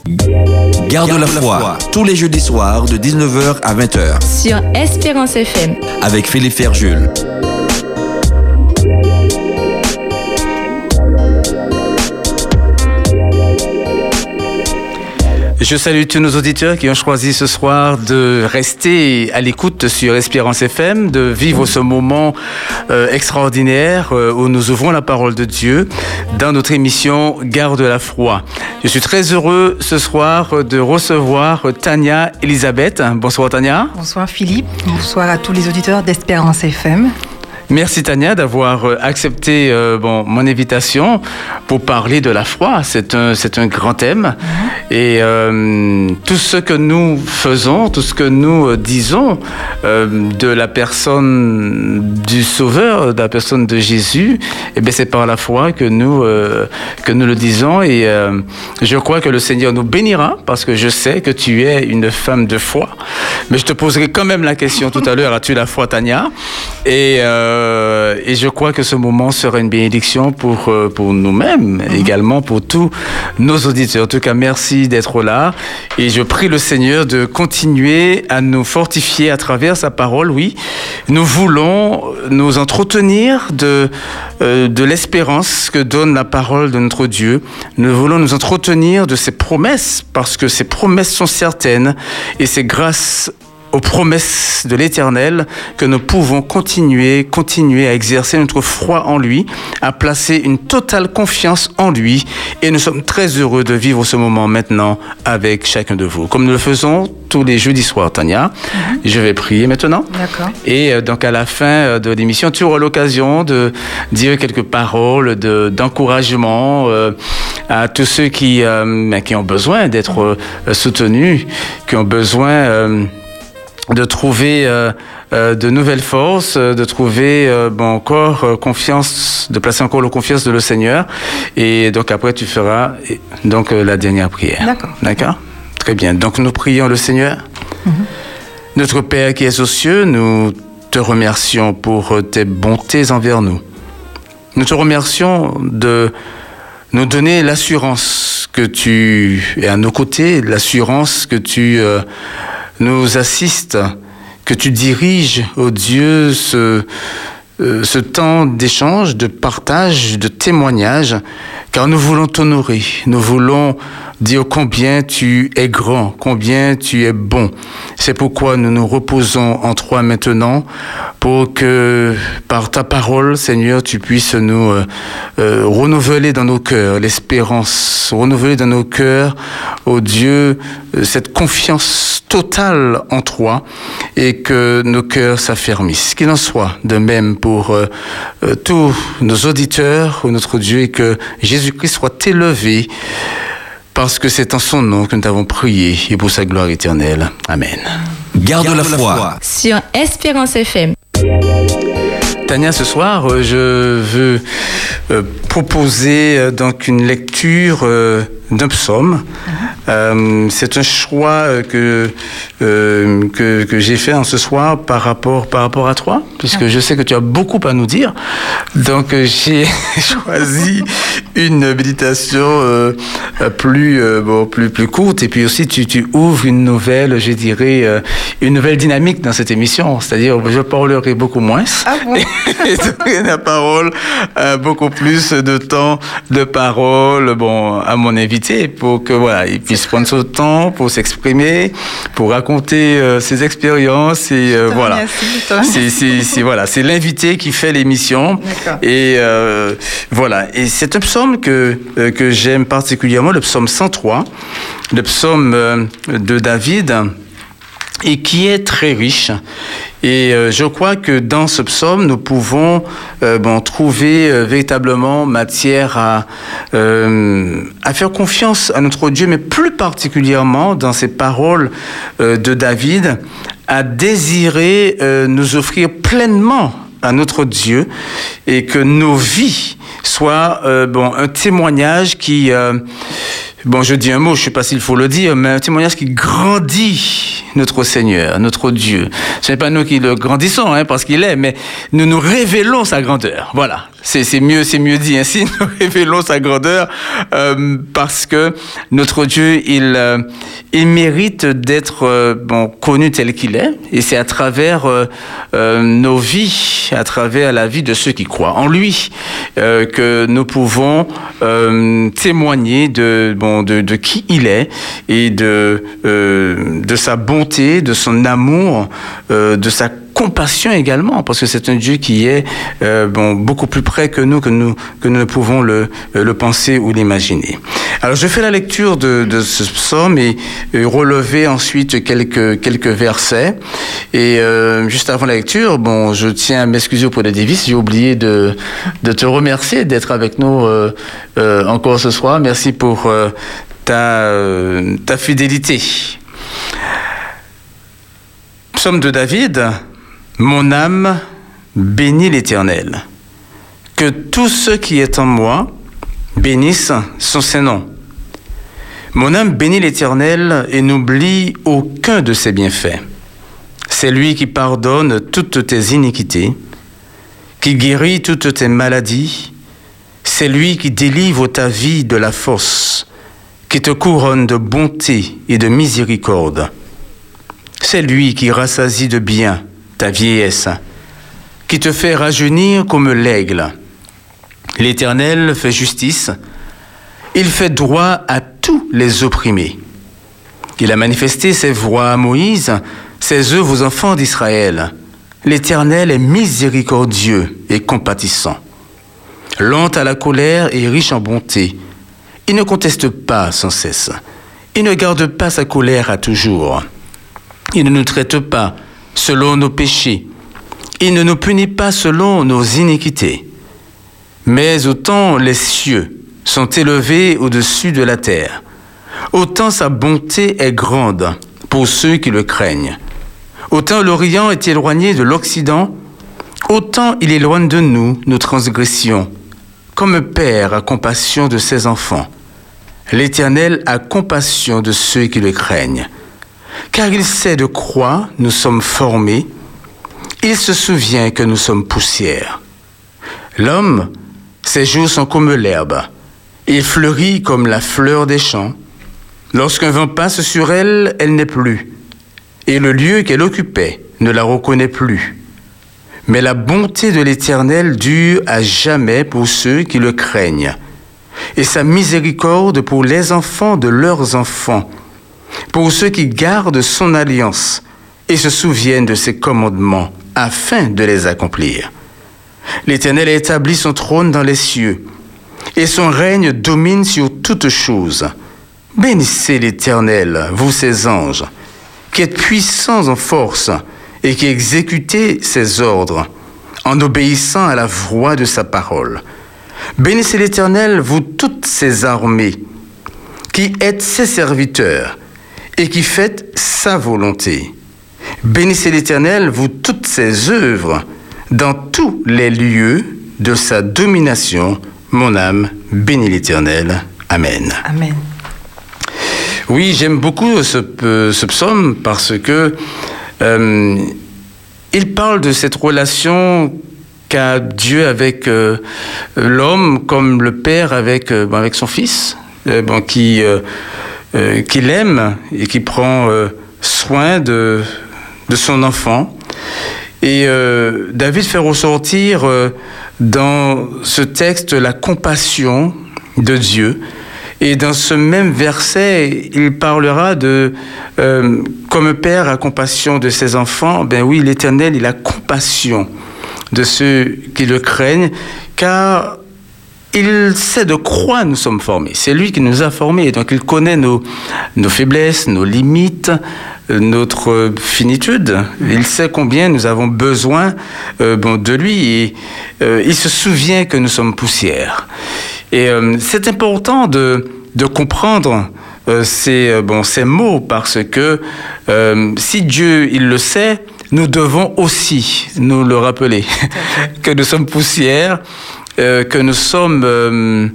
Garde la foi, tous les jeudis soirs de 19h à 20h. Sur Espérance FM. Avec Philippe Ferjul. Je salue tous nos auditeurs qui ont choisi ce soir de rester à l'écoute sur Espérance FM, de vivre ce moment extraordinaire où nous ouvrons la parole de Dieu dans notre émission Garde la foi. Je suis très heureux ce soir de recevoir Tania Elisabeth. Bonsoir Tania. Bonsoir Philippe. Bonsoir à tous les auditeurs d'Espérance FM. Merci Tania d'avoir accepté mon invitation pour parler de la foi. C'est un grand thème. Et tout ce que nous faisons, tout ce que nous disons de la personne du Sauveur, de la personne de Jésus, eh bien, c'est par la foi que nous le disons. Et je crois que le Seigneur nous bénira parce que je sais que tu es une femme de foi. Mais je te poserai quand même la question tout à l'heure, as-tu la foi Tania? Et je crois que ce moment sera une bénédiction pour nous-mêmes, également pour tous nos auditeurs. En tout cas, merci d'être là. Et je prie le Seigneur de continuer à nous fortifier à travers sa parole, oui. Nous voulons nous entretenir de l'espérance que donne la parole de notre Dieu. Nous voulons nous entretenir de ses promesses, parce que ces promesses sont certaines. Et c'est grâce aux promesses de l'Éternel que nous pouvons continuer à exercer notre foi en lui, à placer une totale confiance en lui. Et nous sommes très heureux de vivre ce moment maintenant avec chacun de vous. Comme nous le faisons tous les jeudis soirs, Tania. Je vais prier maintenant. D'accord. Et donc à la fin de l'émission, tu auras l'occasion de dire quelques paroles d'encouragement à tous ceux qui ont besoin d'être soutenus, qui ont besoin de trouver de nouvelles forces, de trouver encore confiance, de placer encore la confiance de le Seigneur. Et donc après, tu feras donc la dernière prière. D'accord. D'accord? Très bien. Donc nous prions le Seigneur. Notre Père qui es aux cieux, nous te remercions pour tes bontés envers nous. Nous te remercions de nous donner l'assurance que tu es à nos côtés, l'assurance que tu nous assiste, que tu diriges, ô Dieu, ce temps d'échange, de partage, de témoignage, car nous voulons t'honorer, nous voulons dire combien tu es grand, combien tu es bon. C'est pourquoi nous nous reposons en toi maintenant, pour que par ta parole, Seigneur, tu puisses nous renouveler dans nos cœurs l'espérance, renouveler dans nos cœurs, ô Dieu, cette confiance totale en toi, et que nos cœurs s'affermissent. Qu'il en soit de même pour tous nos auditeurs, ô notre Dieu, et que Jésus-Christ soit élevé, parce que c'est en son nom que nous t'avons prié et pour sa gloire éternelle. Amen. Garde la foi. Sur Espérance FM. Tania, ce soir, je veux proposer donc une lecture d'un psaume. C'est un choix que j'ai fait en ce soir par rapport à toi, puisque je sais que tu as beaucoup à nous dire. Donc j'ai choisi une méditation plus courte, et puis aussi tu ouvres une nouvelle, je dirais, une nouvelle dynamique dans cette émission. C'est-à-dire, je parlerai beaucoup moins. Ah bon? Et donner la parole, beaucoup plus de temps de parole, à mon invité, pour que il puisse prendre son temps pour s'exprimer, pour raconter ses expériences, et voilà. C'est l'invité qui fait l'émission. D'accord. Et voilà. Et c'est un psaume que j'aime particulièrement, le psaume 103, le psaume de David, et qui est très riche. Et je crois que dans ce psaume, nous pouvons trouver véritablement matière à faire confiance à notre Dieu, mais plus particulièrement dans ces paroles de David, à désirer nous offrir pleinement à notre Dieu, et que nos vies soient un témoignage qui... je dis un mot, je ne sais pas s'il faut le dire, mais un témoignage qui grandit notre Seigneur, notre Dieu. Ce n'est pas nous qui le grandissons, parce qu'il est, mais nous nous révélons sa grandeur. Voilà. c'est mieux dit ainsi, nous révélons sa grandeur, parce que notre Dieu, il mérite d'être connu tel qu'il est, et c'est à travers nos vies, à travers la vie de ceux qui croient en lui, que nous pouvons témoigner de qui il est et de sa bonté, de son amour, de sa compassion également, parce que c'est un Dieu qui est beaucoup plus près que nous ne pouvons le penser ou l'imaginer. Alors je fais la lecture de ce psaume et relever ensuite quelques versets. Et juste avant la lecture, je tiens à m'excuser auprès de Davis, j'ai oublié de te remercier d'être avec nous encore ce soir. Merci pour ta fidélité. Psaume de David. Mon âme bénit l'Éternel. Que tout ce qui est en moi bénisse son Saint-Nom. Mon âme bénit l'Éternel et n'oublie aucun de ses bienfaits. C'est lui qui pardonne toutes tes iniquités, qui guérit toutes tes maladies. C'est lui qui délivre ta vie de la fosse, qui te couronne de bonté et de miséricorde. C'est lui qui rassasie de bien ta vieillesse, qui te fait rajeunir comme l'aigle. L'Éternel fait justice, il fait droit à tous les opprimés. Il a manifesté ses voies à Moïse, ses œuvres aux enfants d'Israël. L'Éternel est miséricordieux et compatissant, lent à la colère et riche en bonté. Il ne conteste pas sans cesse, il ne garde pas sa colère à toujours. Il ne nous traite pas selon nos péchés. Il ne nous punit pas selon nos iniquités. Mais autant les cieux sont élevés au-dessus de la terre, autant sa bonté est grande pour ceux qui le craignent. Autant l'Orient est éloigné de l'Occident, autant il éloigne de nous nos transgressions. Comme un père a compassion de ses enfants, l'Éternel a compassion de ceux qui le craignent. Car il sait de quoi nous sommes formés, il se souvient que nous sommes poussière. L'homme, ses jours sont comme l'herbe, il fleurit comme la fleur des champs. Lorsqu'un vent passe sur elle, elle n'est plus, et le lieu qu'elle occupait ne la reconnaît plus. Mais la bonté de l'Éternel dure à jamais pour ceux qui le craignent, et sa miséricorde pour les enfants de leurs enfants, pour ceux qui gardent son alliance et se souviennent de ses commandements afin de les accomplir. L'Éternel a établi son trône dans les cieux et son règne domine sur toutes choses. Bénissez l'Éternel, vous ses anges, qui êtes puissants en force et qui exécutez ses ordres en obéissant à la voix de sa parole. Bénissez l'Éternel, vous toutes ses armées, qui êtes ses serviteurs et qui faites sa volonté. Bénissez l'Éternel, vous toutes ses œuvres, dans tous les lieux de sa domination. Mon âme bénit l'Éternel. Amen. Amen. Oui, j'aime beaucoup ce psaume parce que il parle de cette relation qu'a Dieu avec l'homme, comme le père avec son fils, qui l'aime et qui prend soin de son enfant. Et David fait ressortir dans ce texte la compassion de Dieu. Et dans ce même verset, il parlera de comme un père a compassion de ses enfants. Ben oui, l'Éternel, il a compassion de ceux qui le craignent, car il sait de quoi nous sommes formés. C'est lui qui nous a formés, et donc il connaît nos faiblesses, nos limites, notre finitude. Il sait combien nous avons besoin de lui, et il se souvient que nous sommes poussière. Et c'est important de comprendre ces mots, parce que si Dieu, il le sait, nous devons aussi nous le rappeler, que nous sommes poussière, que nous sommes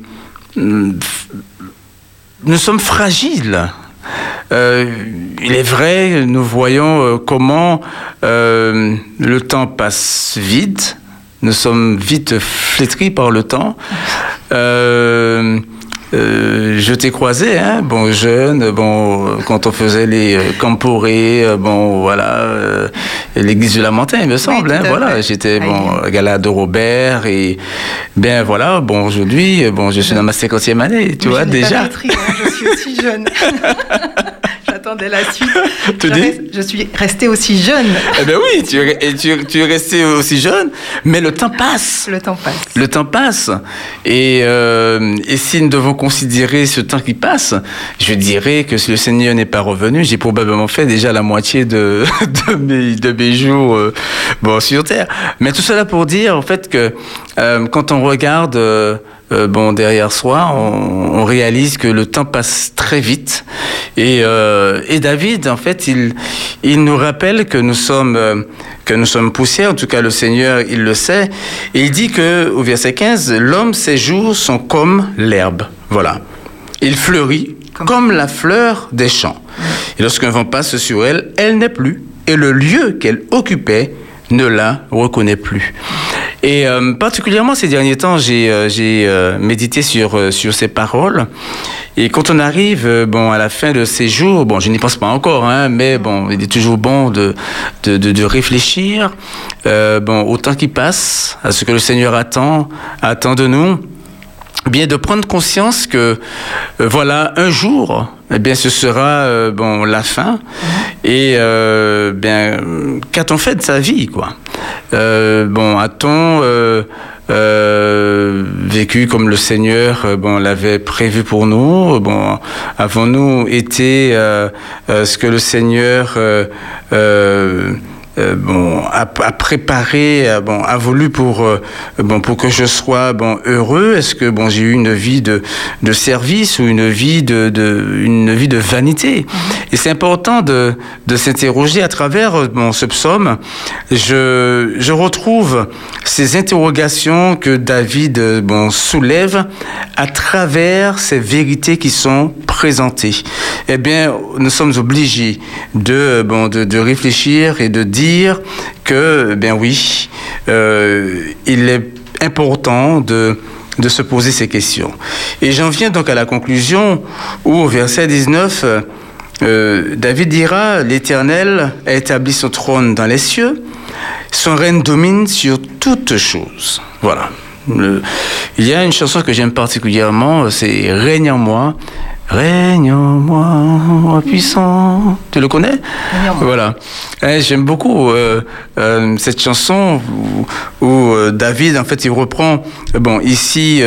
fragiles. Il est vrai, nous voyons comment le temps passe vite, nous sommes vite flétris par le temps. Je t'ai croisé, hein, bon, jeune, bon, quand on faisait les camporés, bon, voilà, l'église du Lamentin, il me semble, hein, voilà, j'étais, bon, gala de Robert, et, ben, voilà, bon, aujourd'hui, bon, je suis dans ma 50e année, tu vois, déjà. Pas hein, je suis aussi jeune. J'attendais la suite. Je suis restée aussi jeune. Eh ben oui, tu es resté aussi jeune, mais le temps passe. Le temps passe. Le temps passe. Et si nous devons considérer ce temps qui passe, je dirais que si le Seigneur n'est pas revenu, j'ai probablement fait déjà la moitié de mes jours bon, sur terre. Mais tout cela pour dire, en fait, que quand on regarde... bon, derrière soi, on réalise que le temps passe très vite. Et David, en fait, il nous rappelle que nous sommes poussière. En tout cas, le Seigneur, il le sait. Et il dit que, au verset 15, l'homme, ses jours sont comme l'herbe. Voilà. Il fleurit comme la fleur des champs. Et lorsqu'un vent passe sur elle, elle n'est plus. Et le lieu qu'elle occupait ne la reconnaît plus. Et particulièrement ces derniers temps, j'ai médité sur ces paroles. Et quand on arrive bon, à la fin de ces jours, bon, je n'y pense pas encore, hein, mais bon, il est toujours bon de réfléchir bon, au temps qui passe, à ce que le Seigneur attend de nous. Bien, de prendre conscience que, voilà, un jour, eh bien, ce sera, bon, la fin. Et, bien, qu'a-t-on fait de sa vie, quoi? Bon, a-t-on, vécu comme le Seigneur, bon, l'avait prévu pour nous? Bon, avons-nous été, ce que le Seigneur, bon, a préparé, bon, a voulu pour que je sois, bon, heureux? Est-ce que, bon, j'ai eu une vie de service ou une vie de vanité? Et c'est important de s'interroger à travers, bon, ce psaume. Je retrouve ces interrogations que David, bon, soulève à travers ces vérités qui sont présentées. Eh bien, nous sommes obligés de réfléchir et de dire que, ben oui, il est important de se poser ces questions. Et j'en viens donc à la conclusion où, au verset 19, David dira « L'Éternel a établi son trône dans les cieux, son règne domine sur toutes choses. » Voilà. Il y a une chanson que j'aime particulièrement, c'est « Règne en moi ». Règne en moi, puissant. Tu le connais? Voilà. J'aime beaucoup cette chanson où David, en fait, il reprend, bon, ici,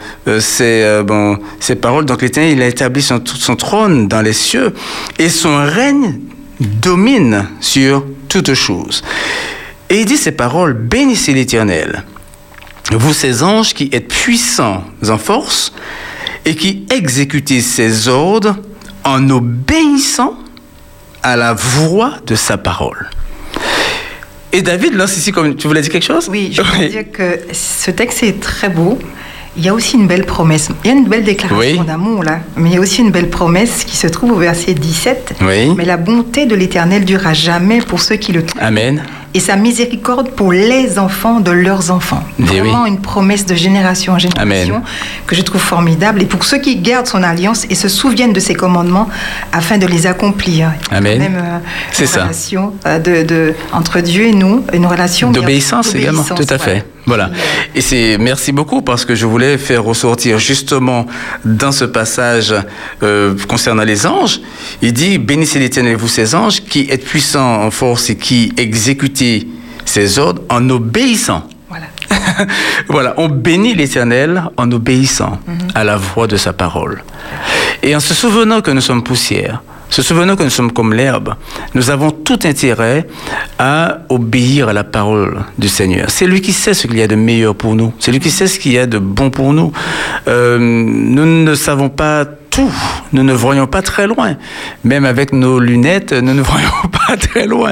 ces paroles. Donc, l'Éternel, il a établi son trône dans les cieux et son règne domine sur toutes choses. Et il dit ces paroles: bénissez l'Éternel, vous ses anges qui êtes puissants en force, et qui exécutait ses ordres en obéissant à la voix de sa parole. Et David lance ici, comme tu voulais dire quelque chose? Oui, je voulais dire que ce texte est très beau. Il y a aussi une belle promesse. Il y a une belle déclaration d'amour, là. Mais il y a aussi une belle promesse qui se trouve au verset 17. Oui. Mais la bonté de l'Éternel durera jamais pour ceux qui le trouvent. Amen. Et sa miséricorde pour les enfants de leurs enfants. Vraiment une promesse de génération en génération. Amen. Que je trouve formidable. Et pour ceux qui gardent son alliance et se souviennent de ses commandements afin de les accomplir. Amen. Même c'est une relation entre Dieu et nous, une relation d'obéissance également, tout à fait. Voilà. Et merci beaucoup, parce que je voulais faire ressortir justement dans ce passage concernant les anges, il dit: bénissez l'Éternel, vous ses anges, qui êtes puissants en force et qui exécutez ses ordres en obéissant. Voilà. Voilà, on bénit l'Éternel en obéissant à la voix de sa parole. Et en se souvenant que nous sommes poussière, se souvenant que nous sommes comme l'herbe, nous avons tout intérêt à obéir à la parole du Seigneur. C'est lui qui sait ce qu'il y a de meilleur pour nous. C'est lui qui sait ce qu'il y a de bon pour nous. Nous ne savons pas tout. Nous ne voyons pas très loin. Même avec nos lunettes, nous ne voyons pas très loin.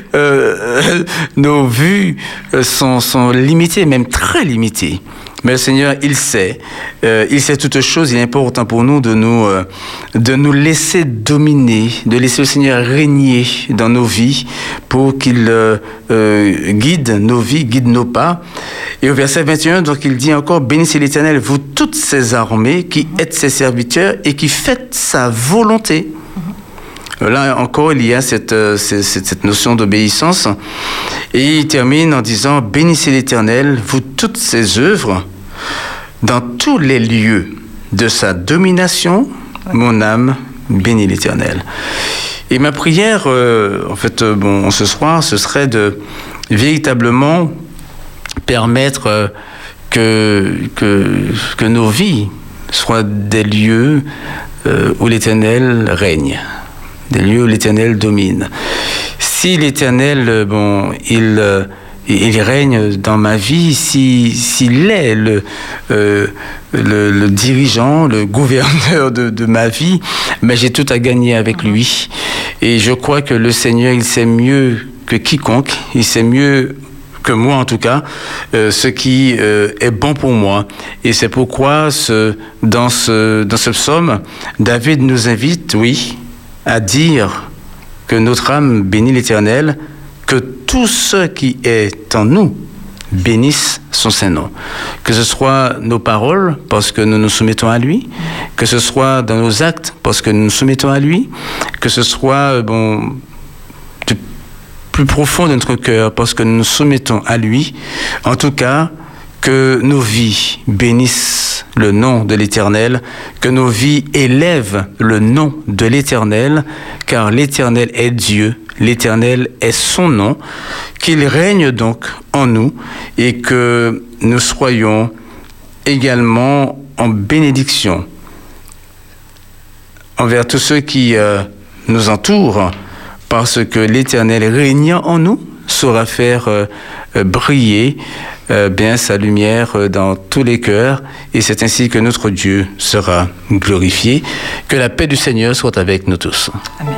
Nos vues sont limitées, même très limitées. Mais le Seigneur, il sait toutes choses. Il est important pour nous de nous laisser dominer, de laisser le Seigneur régner dans nos vies pour qu'il guide nos vies, guide nos pas. Et au verset 21, donc il dit encore, bénissez l'Éternel, vous toutes ses armées, qui êtes ses serviteurs et qui faites sa volonté. Là encore, il y a cette notion d'obéissance. Et il termine en disant, bénissez l'Éternel, vous toutes ses œuvres, dans tous les lieux de sa domination, mon âme bénit l'Éternel. Et ma prière, ce soir, ce serait de véritablement permettre que nos vies soient des lieux où l'Éternel règne. Des lieux où l'Éternel domine. Si l'Éternel, il règne dans ma vie, s'il est le dirigeant, le gouverneur de ma vie, mais j'ai tout à gagner avec lui. Et je crois que le Seigneur, il sait mieux que quiconque, il sait mieux que moi en tout cas, ce qui est bon pour moi. Et c'est pourquoi dans ce psaume, David nous invite, oui, à dire que notre âme bénit l'Éternel, que tout ce qui est en nous bénisse son Saint-Nom. Que ce soit nos paroles, parce que nous nous soumettons à lui, que ce soit dans nos actes, parce que nous nous soumettons à lui, que ce soit du plus profond de notre cœur, parce que nous nous soumettons à lui. En tout cas, que nos vies bénissent le nom de l'Éternel, que nos vies élèvent le nom de l'Éternel, car l'Éternel est Dieu, l'Éternel est son nom, qu'il règne donc en nous et que nous soyons également en bénédiction envers tous ceux qui nous entourent, parce que l'Éternel régnant en nous saura faire briller bien sa lumière dans tous les cœurs, et c'est ainsi que notre Dieu sera glorifié. Que la paix du Seigneur soit avec nous tous. Amen.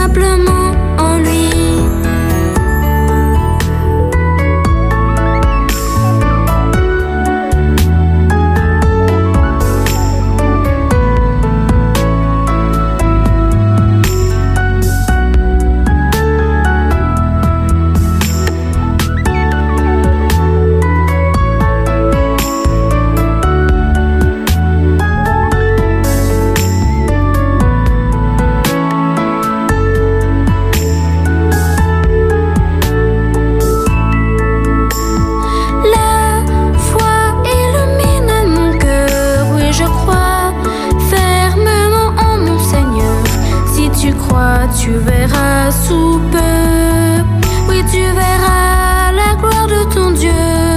simplement en lui. Tu verras sous peu, oui tu verras la gloire de ton Dieu.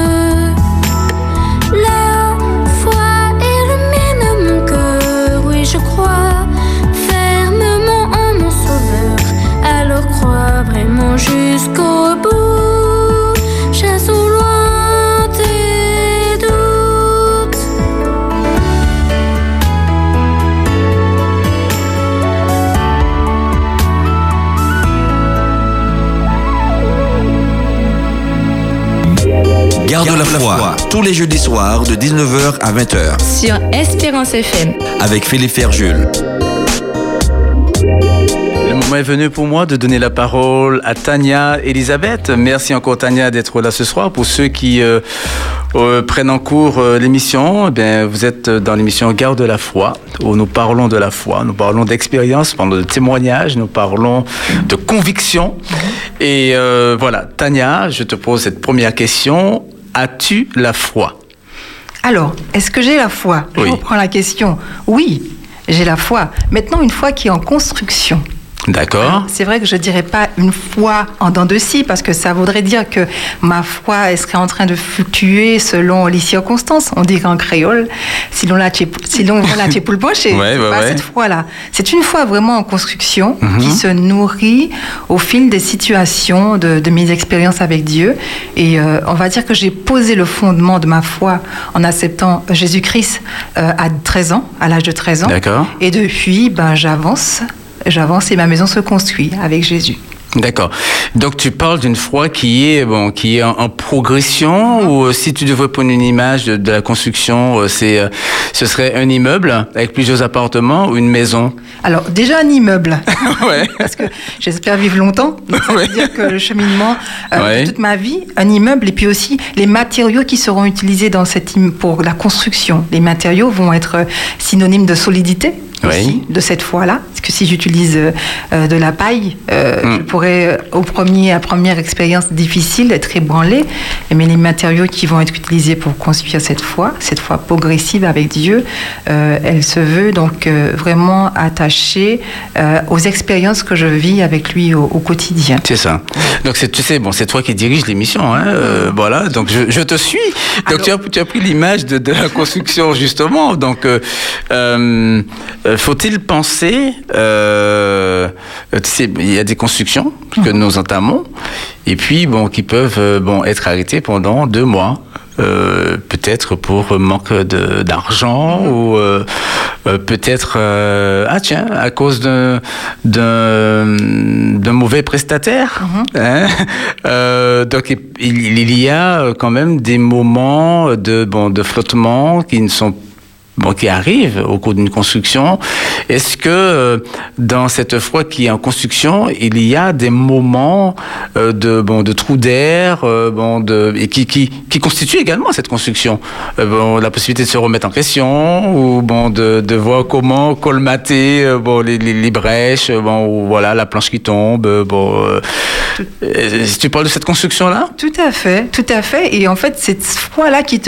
La foi illumine mon cœur, oui je crois fermement en mon Sauveur. Alors crois vraiment jusqu'au bout, chasse au loin tes doutes. Garde la foi, tous les jeudis soirs de 19h à 20h. Sur Espérance FM. Avec Philippe Ferjul. Le moment est venu pour moi de donner la parole à Tania Elisabeth. Merci encore Tania d'être là ce soir. Pour ceux qui prennent en cours l'émission, eh bien, vous êtes dans l'émission Garde la foi, où nous parlons de la foi, nous parlons d'expérience, nous parlons de témoignages, nous parlons de conviction. Et voilà, Tania, je te pose cette première question. As-tu la foi? Alors, est-ce que j'ai la foi? Je reprends la question. Oui, j'ai la foi. Maintenant, une foi qui est en construction. D'accord. Alors, c'est vrai que je ne dirais pas une foi en dents de scie, parce que ça voudrait dire que ma foi elle serait en train de fluctuer selon les circonstances. On dit en créole, si l'on la pour le pencher. Ouais, c'est pas cette foi-là. C'est une foi vraiment en construction qui se nourrit au fil des situations, de mes expériences avec Dieu. Et on va dire que j'ai posé le fondement de ma foi en acceptant Jésus-Christ à 13 ans, à l'âge de 13 ans. D'accord. Et depuis, j'avance et ma maison se construit avec Jésus. D'accord. Donc tu parles d'une foi qui est en progression, ou si tu devais prendre une image de la construction, ce serait un immeuble avec plusieurs appartements ou une maison? Alors déjà un immeuble. Ouais. Parce que j'espère vivre longtemps. Donc ça veut dire que le cheminement de toute ma vie, un immeuble, et puis aussi les matériaux qui seront utilisés dans pour la construction. Les matériaux vont être synonymes de solidité. Aussi, de cette foi-là, parce que si j'utilise de la paille, je pourrais, à première expérience difficile, être ébranlé, mais les matériaux qui vont être utilisés pour construire cette foi progressive avec Dieu, elle se veut donc vraiment attachée aux expériences que je vis avec lui au quotidien. C'est ça. Donc c'est toi qui dirige l'émission, hein, voilà. Donc je te suis. Donc alors, tu as pris l'image de la construction justement. Donc faut-il penser, tu sais, il y a des constructions que nous entamons, et puis qui peuvent être arrêtées pendant 2 mois. Peut-être pour manque d'argent, ou peut-être à cause d'un mauvais prestataire. Hein? Donc il y a quand même des moments de flottement qui arrivent au cours d'une construction. Est-ce que dans cette foi qui est en construction, il y a des moments de trous d'air, et qui constituent également cette construction, la possibilité de se remettre en question, ou de voir comment colmater les brèches, ou voilà la planche qui tombe. Tu parles de cette construction-là? Tout à fait. Et en fait, cette foi-là qui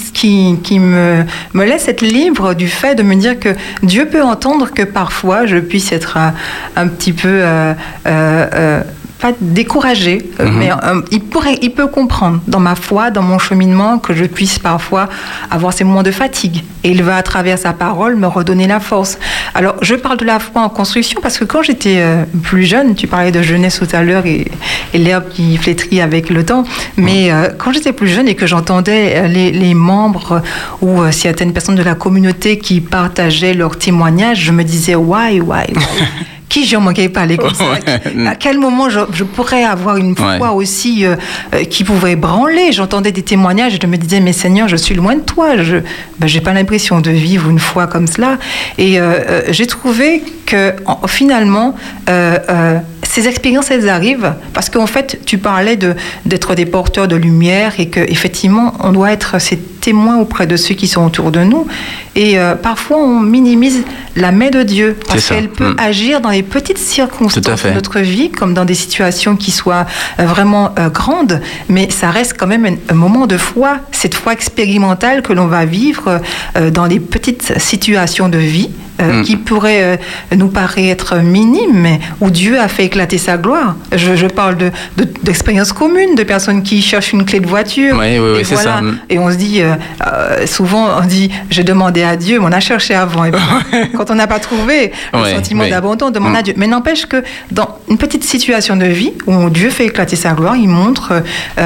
me laisse être libre du fait de me dire que Dieu peut entendre que parfois je puisse être un petit peu pas découragé, mais il peut comprendre dans ma foi, dans mon cheminement, que je puisse parfois avoir ces moments de fatigue. Et il va, à travers sa parole, me redonner la force. Alors, je parle de la foi en construction parce que quand j'étais plus jeune, tu parlais de jeunesse tout à l'heure et l'herbe qui flétrit avec le temps, mais quand j'étais plus jeune et que j'entendais les membres ou certaines personnes de la communauté qui partageaient leurs témoignages, je me disais « why ?» qui j'ai manqué parler comme ça? À quel moment je pourrais avoir une foi aussi qui pouvait branler? J'entendais des témoignages et je me disais, mais Seigneur, je suis loin de toi. J'ai pas l'impression de vivre une foi comme cela. Et j'ai trouvé que finalement, ces expériences, elles arrivent parce qu'en fait, tu parlais d'être des porteurs de lumière et qu'effectivement, on doit être ces témoins auprès de ceux qui sont autour de nous. Et parfois, on minimise la main de Dieu parce qu'elle peut agir dans les petites circonstances de notre vie, comme dans des situations qui soient vraiment grandes, mais ça reste quand même un moment de foi, cette foi expérimentale que l'on va vivre dans les petites situations de vie. Qui pourrait nous paraître minime, mais où Dieu a fait éclater sa gloire. Je parle d'expériences communes, de personnes qui cherchent une clé de voiture. Et voilà. C'est ça. Et on se dit, souvent, on dit, j'ai demandé à Dieu, mais on a cherché avant. Et puis, quand on n'a pas trouvé le sentiment d'abandon, on demande à Dieu. Mais n'empêche que dans une petite situation de vie où Dieu fait éclater sa gloire, il montre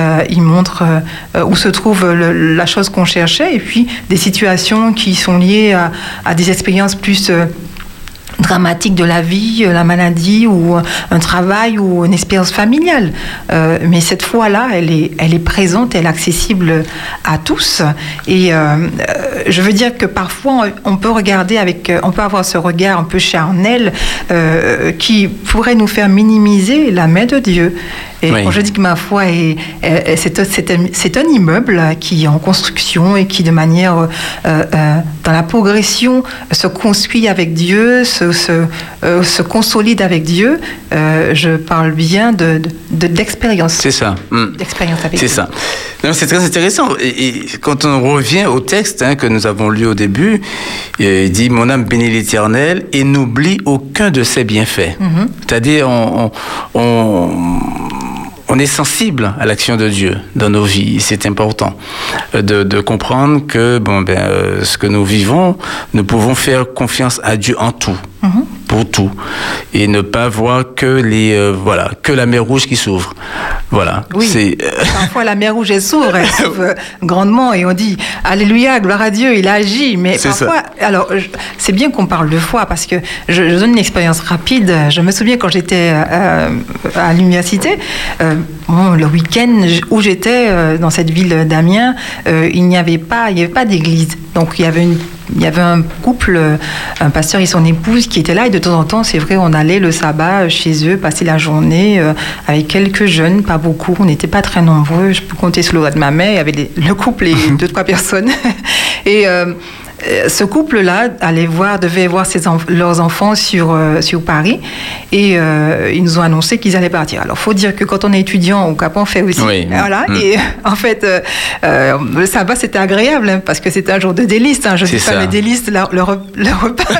où se trouve la chose qu'on cherchait, et puis des situations qui sont liées à des expériences plus dramatique de la vie, la maladie ou un travail ou une expérience familiale. Mais cette foi-là, elle est présente, elle est accessible à tous. Et je veux dire que parfois, on peut avoir ce regard un peu charnel qui pourrait nous faire minimiser la main de Dieu. Et quand je dis que ma foi c'est un immeuble qui est en construction et qui, de manière dans la progression, se construit avec Dieu, se consolide avec Dieu. Je parle bien d'expérience. C'est ça. D'expérience avec Dieu. C'est ça. Non, c'est très intéressant. Et quand on revient au texte que nous avons lu au début, il dit « Mon âme bénit l'Éternel et n'oublie aucun de ses bienfaits. C'est-à-dire, on est sensible à l'action de Dieu dans nos vies. C'est important de comprendre que ce que nous vivons, nous pouvons faire confiance à Dieu en tout, pour tout, et ne pas voir que la mer Rouge qui s'ouvre. Voilà. Oui. Parfois la mer Rouge elle s'ouvre grandement et on dit Alléluia, gloire à Dieu, il a agi. Mais parfois, alors c'est bien qu'on parle de foi parce que je donne une expérience rapide. Je me souviens quand j'étais à l'université. Le week-end où j'étais dans cette ville d'Amiens, il n'y avait pas d'église. Donc il y avait un couple, un pasteur et son épouse qui étaient là et de temps en temps, c'est vrai, on allait le sabbat chez eux, passer la journée avec quelques jeunes, pas beaucoup, on n'était pas très nombreux, je peux compter sur le doigt de ma main, il y avait le couple et 2-3 personnes. Et ce couple-là devait voir leurs enfants sur Paris et ils nous ont annoncé qu'ils allaient partir. Alors, il faut dire que quand on est étudiant, au Cap, on fait aussi. Voilà. Et en fait, le sabbat, c'était agréable parce que c'était un jour de délices. Je ne dis pas les délices, le repas.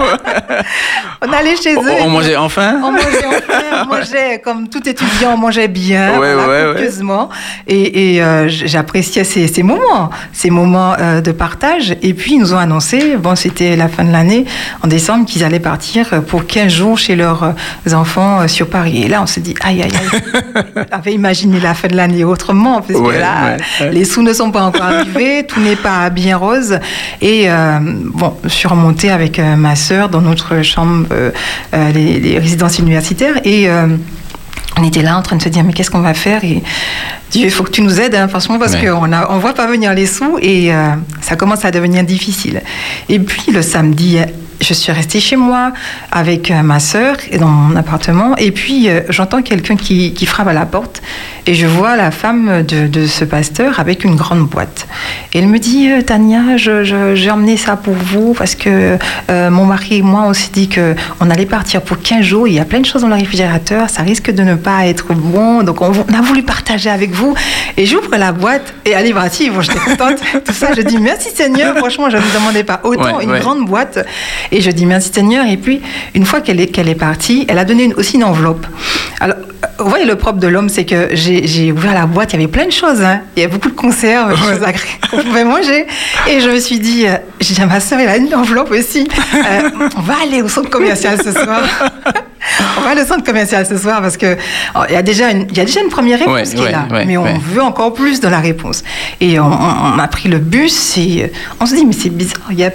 On allait chez eux. On mangeait enfin. On mangeait comme tout étudiant, on mangeait bien, copieusement. Et j'appréciais ces moments de partage. Et puis, ils nous ont annoncé, c'était la fin de l'année, en décembre, qu'ils allaient partir pour 15 jours chez leurs enfants sur Paris. Et là, on s'est dit, aïe, aïe, aïe. On avait imaginé la fin de l'année autrement, parce que là, les sous ne sont pas encore arrivés, tout n'est pas bien rose. Et je suis remontée avec ma sœur dans notre chambre, les résidences universitaires, et on était là en train de se dire, mais qu'est-ce qu'on va faire? Et Dieu, il faut que tu nous aides, franchement, parce qu'on ne voit pas venir les sous et ça commence à devenir difficile. Et puis, le samedi, je suis restée chez moi avec ma sœur dans mon appartement et puis j'entends quelqu'un qui frappe à la porte et je vois la femme de ce pasteur avec une grande boîte. Et elle me dit, Tania, j'ai emmené ça pour vous parce que mon mari et moi, on s'est dit qu'on allait partir pour 15 jours. Il y a plein de choses dans le réfrigérateur, ça risque de ne pas être bon. Donc, on a voulu partager avec vous. Et j'ouvre la boîte et elle est partie. J'étais contente. Tout ça, je dis merci Seigneur. Franchement, je ne me demandais pas autant une grande boîte. Et je dis merci Seigneur. Et puis, une fois qu'elle est partie, elle a donné aussi une enveloppe. Alors, vous voyez, le propre de l'homme, c'est que j'ai ouvert la boîte, il y avait plein de choses. Il y avait beaucoup de conserves, des choses qu'on pouvait manger. Et je me suis dit, j'ai dit à ma sœur, elle a une enveloppe aussi. On va aller au centre commercial ce soir. On va aller au centre commercial ce soir parce que il y a déjà une première réponse qui est là. Mais on veut encore plus de la réponse. Et on a pris le bus et on se dit, mais c'est bizarre, il y a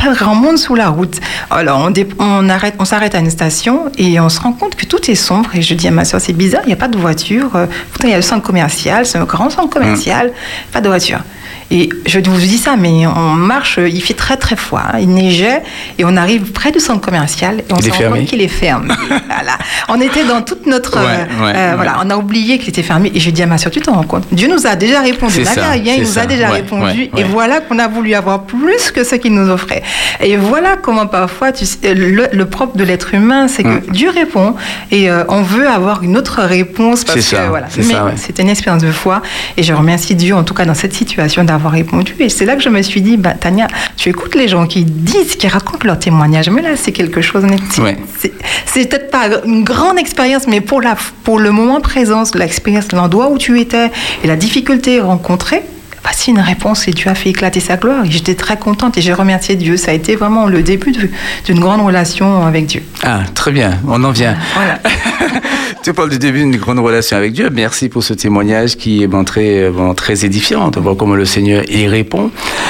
pas grand monde sous la route. Alors, on s'arrête à une station et on se rend compte que tout est sombre. Et je dis à ma soeur, c'est bizarre, il n'y a pas de voiture. Pourtant, il y a le centre commercial, c'est un grand centre commercial, pas de voiture. Et je vous dis ça, mais on marche, il fait très très froid, il neigeait, et on arrive près du centre commercial, et on se rend compte qu'il est fermé. Voilà. On était dans toute notre... voilà, on a oublié qu'il était fermé, et je dis à ma soeur, tu t'en rends compte? Dieu nous a déjà répondu, il nous a déjà répondu, et voilà qu'on a voulu avoir plus que ce qu'il nous offrait. Et voilà comment parfois, le propre de l'être humain, c'est que Dieu répond, et on veut avoir une autre réponse, parce que voilà. Mais c'était une expérience de foi, et je remercie Dieu, en tout cas dans cette situation, d'avoir répondu. Et c'est là que je me suis dit, Tania, tu écoutes les gens qui disent, qui racontent leur témoignage, mais là, c'est quelque chose. C'est peut-être pas une grande expérience, mais pour le moment présent, l'expérience, l'endroit où tu étais et la difficulté rencontrée, voici une réponse et Dieu a fait éclater sa gloire. Et j'étais très contente et j'ai remercié Dieu. Ça a été vraiment le début d'une grande relation avec Dieu. Ah, très bien. On en vient. Voilà. Tu parles du début d'une grande relation avec Dieu. Merci pour ce témoignage qui est très édifiant de voir comment le Seigneur y répond.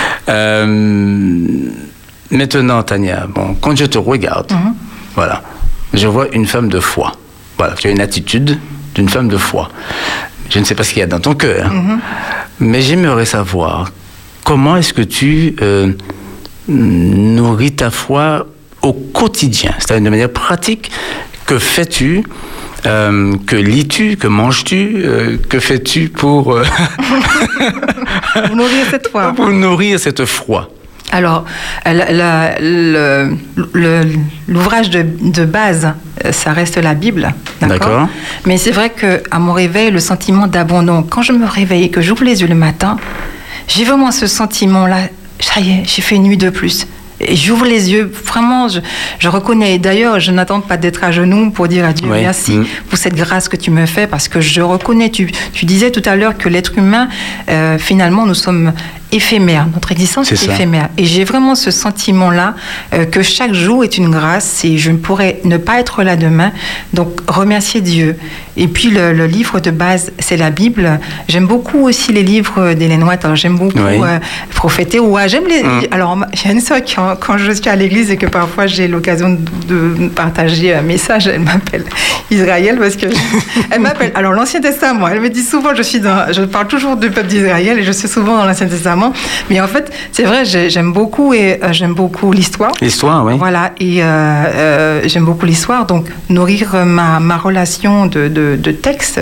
Maintenant, Tania, quand je te regarde, voilà, je vois une femme de foi. Voilà, tu as une attitude d'une femme de foi. Je ne sais pas ce qu'il y a dans ton cœur, mais j'aimerais savoir comment est-ce que tu nourris ta foi au quotidien, c'est-à-dire de manière pratique. Que fais-tu? Que lis-tu? Que manges-tu? Que fais-tu pour nourrir cette foi? Pour nourrir cette foi. Alors, l'ouvrage de base, ça reste la Bible, d'accord? Mais c'est vrai qu'à mon réveil, le sentiment d'abandon, quand je me réveille et que j'ouvre les yeux le matin, j'ai vraiment ce sentiment-là, ça y est, j'ai fait une nuit de plus. Et j'ouvre les yeux, vraiment, je reconnais. Et d'ailleurs, je n'attends pas d'être à genoux pour dire à Dieu merci pour cette grâce que tu me fais, parce que je reconnais, tu disais tout à l'heure que l'être humain, finalement, nous sommes éphémères, notre existence est éphémère. Et j'ai vraiment ce sentiment-là que chaque jour est une grâce et je ne pourrais ne pas être là demain. Donc, remercier Dieu. Et puis, le livre de base, c'est la Bible. J'aime beaucoup aussi les livres d'Ellen White. Alors, j'aime beaucoup Prophéter. J'aime les... Alors, il y a une sœur qui, quand je suis à l'église et que parfois j'ai l'occasion de partager un message, elle m'appelle Israël parce que... Elle m'appelle... Alors, l'Ancien Testament, elle me dit souvent, je parle toujours du peuple d'Israël et je suis souvent dans l'Ancien Testament. Mais en fait, c'est vrai, j'aime beaucoup l'histoire. L'histoire, oui. Voilà, et j'aime beaucoup l'histoire. Donc, nourrir ma relation de texte,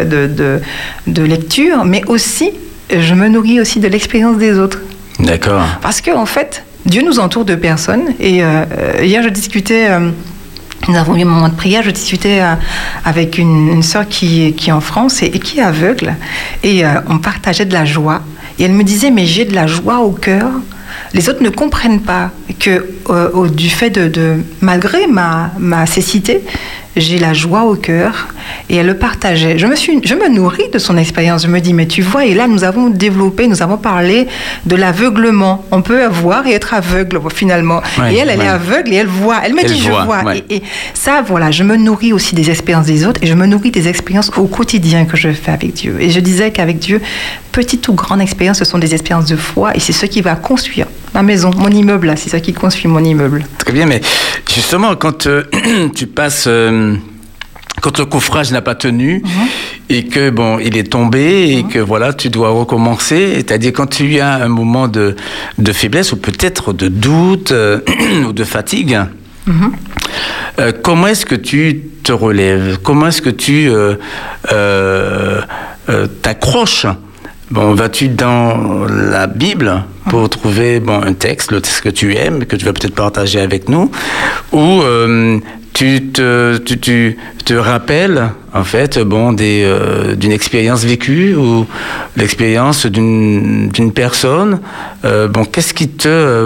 de lecture, mais aussi, je me nourris aussi de l'expérience des autres. D'accord. Parce qu'en fait, Dieu nous entoure de personnes. Et hier, je discutais... nous avons eu un moment de prière, je discutais avec une sœur qui est en France et qui est aveugle. Et on partageait de la joie. Et elle me disait, mais j'ai de la joie au cœur. Les autres ne comprennent pas que du fait malgré ma cécité, j'ai la joie au cœur. Et elle le partageait. Je me nourris de son expérience. Je me dis, mais tu vois, et là, nous avons parlé de l'aveuglement. On peut voir et être aveugle, finalement. Et elle est aveugle et elle voit. Elle me dit, je vois. Et ça, voilà, je me nourris aussi des expériences des autres et je me nourris des expériences au quotidien que je fais avec Dieu. Et je disais qu'avec Dieu, petite ou grande expérience, ce sont des expériences de foi et c'est ce qui va construire ma maison, mon immeuble, là. C'est ça qui construit mon immeuble. Très bien, mais justement, quand tu passes... Quand le coffrage n'a pas tenu et que il est tombé et que voilà, tu dois recommencer, c'est-à-dire quand tu as un moment de faiblesse ou peut-être de doute ou de fatigue, comment est-ce que tu te relèves? Comment est-ce que tu t'accroches? Vas-tu dans la Bible pour trouver un texte, le texte que tu aimes, que tu vas peut-être partager avec nous, ou tu te rappelles en fait d'une expérience vécue ou l'expérience d'une personne. Qu'est-ce qui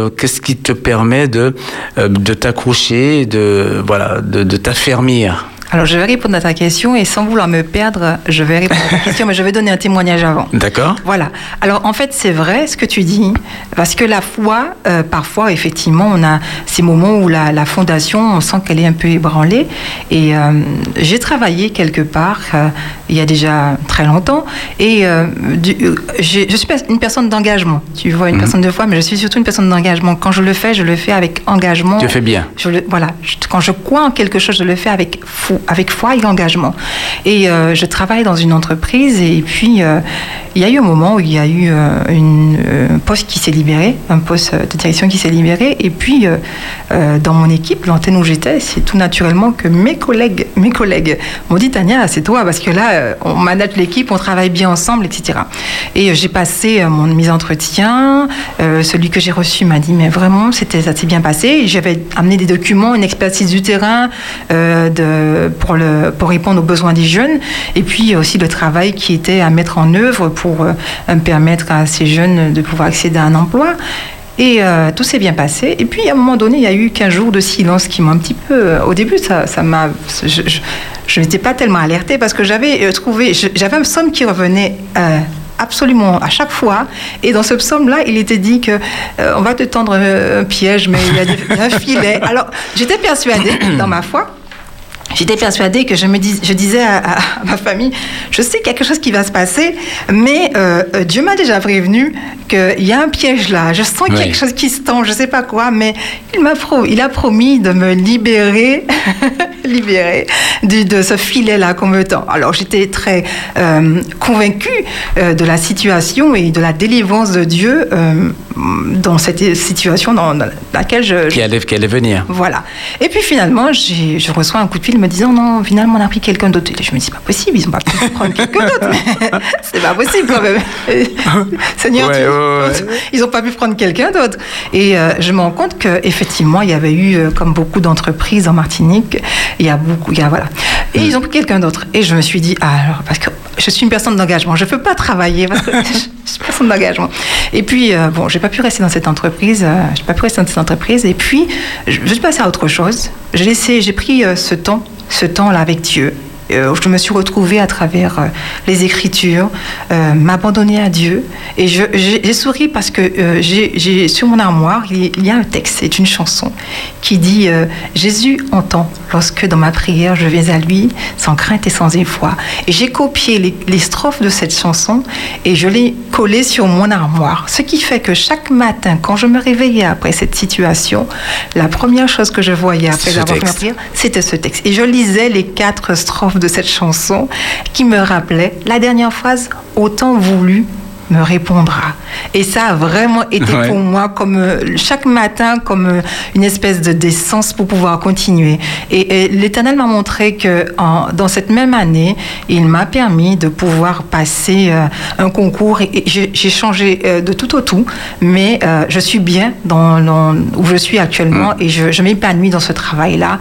te permet de t'accrocher, de t'affermir? Alors, je vais répondre à ta question et sans vouloir me perdre, je vais répondre à ta question, mais je vais donner un témoignage avant. D'accord. Voilà. Alors, en fait, c'est vrai ce que tu dis, parce que la foi, parfois, effectivement, on a ces moments où la fondation, on sent qu'elle est un peu ébranlée. Et j'ai travaillé quelque part, il y a déjà très longtemps, et je suis une personne d'engagement. Tu vois, une personne de foi, mais je suis surtout une personne d'engagement. Quand je le fais avec engagement. Tu fais bien. Voilà. Quand je crois en quelque chose, je le fais avec foi et engagement. Et je travaille dans une entreprise et puis il y a eu un moment où il y a eu un poste qui s'est libéré, un poste de direction qui s'est libéré. Et puis dans mon équipe, l'antenne où j'étais, c'est tout naturellement que mes collègues m'ont dit Tania, c'est toi parce que là on manage l'équipe, on travaille bien ensemble, etc. Et j'ai passé mes entretiens. Celui que j'ai reçu m'a dit mais vraiment ça s'est bien passé. Et j'avais amené des documents, une expertise du terrain pour répondre aux besoins des jeunes et puis aussi le travail qui était à mettre en œuvre pour permettre à ces jeunes de pouvoir accéder à un emploi. Et tout s'est bien passé. Et puis, à un moment donné, il y a eu 15 jours de silence qui m'ont un petit peu... Au début, ça m'a... Je n'étais pas tellement alertée parce que j'avais un psaume qui revenait... absolument à chaque fois, et dans ce psaume-là, il était dit que on va te tendre un piège, mais il y a un filet. Alors, j'étais persuadée dans ma foi. J'étais persuadée que je disais à ma famille, je sais quelque chose qui va se passer, mais Dieu m'a déjà prévenu qu'il y a un piège là. Je sens quelque chose qui se tend, je sais pas quoi, mais il a promis de me libérer de ce filet là qu'on me tend. Alors j'étais très convaincue de la situation et de la délivrance de Dieu dans cette situation dans laquelle qui allait venir. Voilà. Et puis finalement, je reçois un coup de fil me disant non, finalement on a pris quelqu'un d'autre. Et je me dis c'est pas possible, ils ont pas pu prendre quelqu'un d'autre. C'est pas possible quand même. Seigneur, ils ont pas pu prendre quelqu'un d'autre. Et je me rends compte que effectivement il y avait eu comme beaucoup d'entreprises en Martinique, voilà. Et ils ont pris quelqu'un d'autre. Et je me suis dit alors parce que je suis une personne d'engagement, je peux pas travailler parce que je suis une personne d'engagement. Et puis j'ai pas pu rester dans cette entreprise. Et puis je suis passée à autre chose. J'ai pris ce temps-là avec Dieu. Je me suis retrouvée à travers les Écritures, m'abandonner à Dieu. Et j'ai souri parce que j'ai sur mon armoire, il y a un texte, c'est une chanson qui dit « Jésus entend lorsque dans ma prière je viens à lui sans crainte et sans effroi ». Et j'ai copié les strophes de cette chanson et je l'ai collée sur mon armoire. Ce qui fait que chaque matin, quand je me réveillais après cette situation, la première chose que je voyais après avoir fait ma prière, c'était ce texte. Et je lisais les 4 strophes de cette chanson qui me rappelait la dernière phrase « Autant voulu me répondra ». Et ça a vraiment été pour moi comme chaque matin comme une espèce de d'essence pour pouvoir continuer. Et l'Éternel m'a montré que dans cette même année, il m'a permis de pouvoir passer un concours et j'ai changé de tout au tout, mais je suis bien où je suis actuellement et je m'épanouis dans ce travail-là.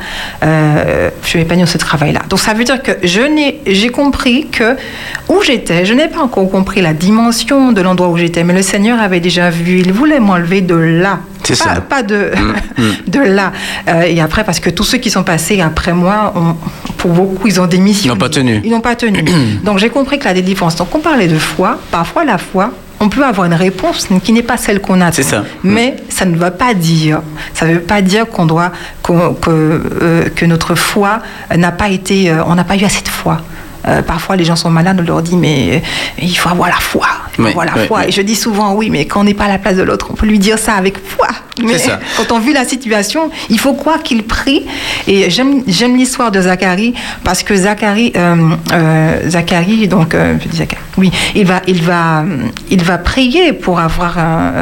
Donc ça veut dire que j'ai compris que où j'étais, je n'ai pas encore compris la dimension de l'endroit où j'étais, mais le Seigneur avait déjà vu, il voulait m'enlever de là. Pas de là. Et après, parce que tous ceux qui sont passés après moi, pour beaucoup, ils ont démissionné. Ils n'ont pas tenu. Donc j'ai compris que la délivrance, donc on parlait de foi, parfois la foi, on peut avoir une réponse qui n'est pas celle qu'on attend. C'est ça. Mais ça ne veut pas dire qu'on doit, que notre foi n'a pas été, on n'a pas eu assez de foi. Parfois, les gens sont malades, on leur dit mais il faut avoir la foi. Et je dis souvent oui, mais quand on n'est pas à la place de l'autre, on peut lui dire ça avec foi. Mais quand on vit la situation, il faut croire qu'il prie. Et j'aime l'histoire de Zacharie parce que Zacharie, donc je dis Zacharie, oui, il va prier pour avoir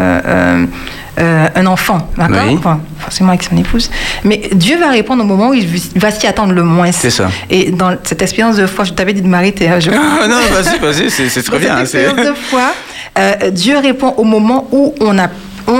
un enfant, d'accord, enfin, forcément avec son épouse. Mais Dieu va répondre au moment où il va s'y attendre le moins. C'est ça. Et dans cette expérience de foi, je t'avais dit de m'arrêter. Non, vas-y, c'est très bien. Cette expérience de foi, Dieu répond au moment où on a